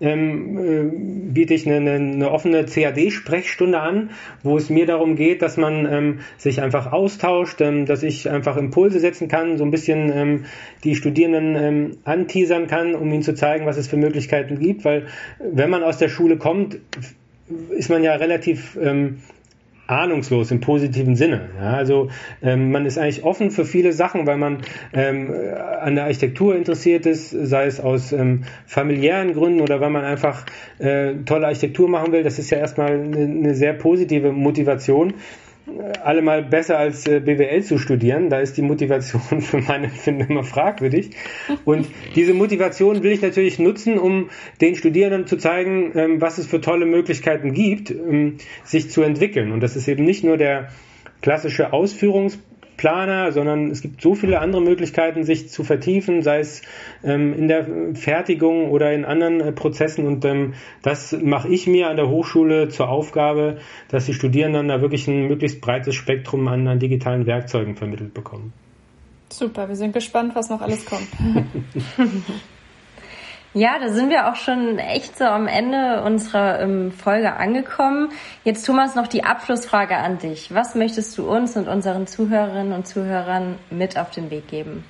biete ich eine offene CAD-Sprechstunde an, wo es mir darum geht, dass man sich einfach austauscht, dass ich einfach Impulse setzen kann, so ein bisschen die Studierenden anteasern kann, um ihnen zu zeigen, was es für Möglichkeiten gibt, weil wenn man aus der Schule kommt, ist man ja relativ ahnungslos im positiven Sinne. Ja, also man ist eigentlich offen für viele Sachen, weil man an der Architektur interessiert ist, sei es aus familiären Gründen oder weil man einfach tolle Architektur machen will. Das ist ja erstmal eine sehr positive Motivation. Allemal besser als BWL zu studieren, da ist die Motivation für mein Empfinden immer fragwürdig. Und diese Motivation will ich natürlich nutzen, um den Studierenden zu zeigen, was es für tolle Möglichkeiten gibt, sich zu entwickeln. Und das ist eben nicht nur der klassische Ausführungsplaner, sondern es gibt so viele andere Möglichkeiten, sich zu vertiefen, sei es in der Fertigung oder in anderen Prozessen. Und das mache ich mir an der Hochschule zur Aufgabe, dass die Studierenden da wirklich ein möglichst breites Spektrum an digitalen Werkzeugen vermittelt bekommen. Super, wir sind gespannt, was noch alles kommt. Ja, da sind wir auch schon echt so am Ende unserer Folge angekommen. Jetzt, Thomas, noch die Abschlussfrage an dich. Was möchtest du uns und unseren Zuhörerinnen und Zuhörern mit auf den Weg geben?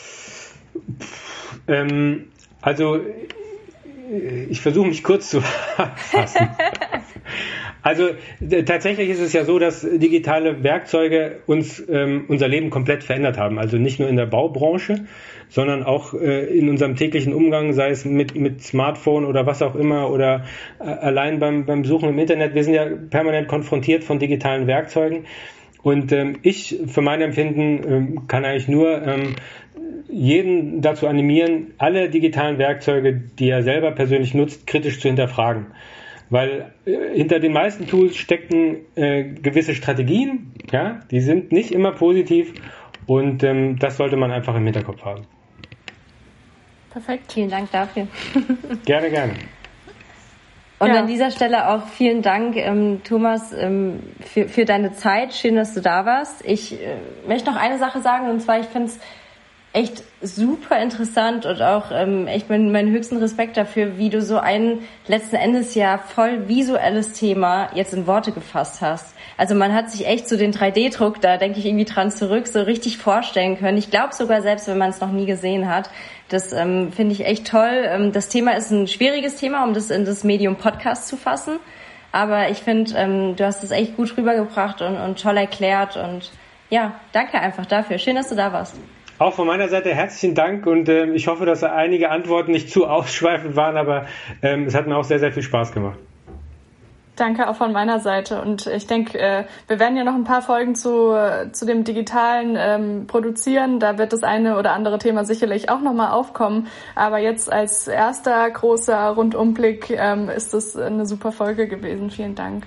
Also, ich versuche mich kurz zu fassen. Also tatsächlich ist es ja so, dass digitale Werkzeuge uns unser Leben komplett verändert haben. Also nicht nur in der Baubranche, sondern auch in unserem täglichen Umgang, sei es mit Smartphone oder was auch immer oder allein beim Suchen im Internet. Wir sind ja permanent konfrontiert von digitalen Werkzeugen. Und ich für mein Empfinden kann eigentlich nur jeden dazu animieren, alle digitalen Werkzeuge, die er selber persönlich nutzt, kritisch zu hinterfragen. Weil hinter den meisten Tools stecken gewisse Strategien, ja, die sind nicht immer positiv und das sollte man einfach im Hinterkopf haben. Perfekt, vielen Dank dafür. Gerne, gerne. Und an dieser Stelle auch vielen Dank, Thomas, für deine Zeit. Schön, dass du da warst. Ich möchte noch eine Sache sagen, und zwar, ich finde es echt super interessant und auch echt meinen höchsten Respekt dafür, wie du so ein letzten Endes ja voll visuelles Thema jetzt in Worte gefasst hast. Also man hat sich echt so den 3D-Druck, da denke ich irgendwie dran zurück, so richtig vorstellen können. Ich glaube sogar selbst, wenn man es noch nie gesehen hat. Das finde ich echt toll. Das Thema ist ein schwieriges Thema, um das in das Medium Podcast zu fassen. Aber ich finde, du hast es echt gut rübergebracht und toll erklärt. Und ja, danke einfach dafür. Schön, dass du da warst. Auch von meiner Seite herzlichen Dank und ich hoffe, dass einige Antworten nicht zu ausschweifend waren, aber es hat mir auch sehr, sehr viel Spaß gemacht. Danke auch von meiner Seite und ich denke, wir werden ja noch ein paar Folgen zu dem Digitalen produzieren. Da wird das eine oder andere Thema sicherlich auch nochmal aufkommen, aber jetzt als erster großer Rundumblick ist es eine super Folge gewesen. Vielen Dank.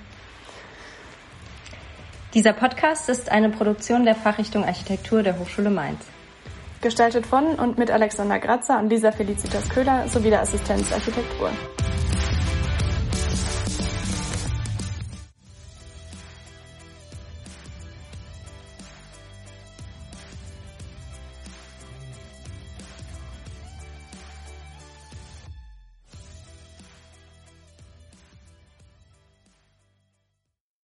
Dieser Podcast ist eine Produktion der Fachrichtung Architektur der Hochschule Mainz. Gestaltet von und mit Alexander Gratzer und Lisa Felicitas Köhler sowie der Assistenz Architektur.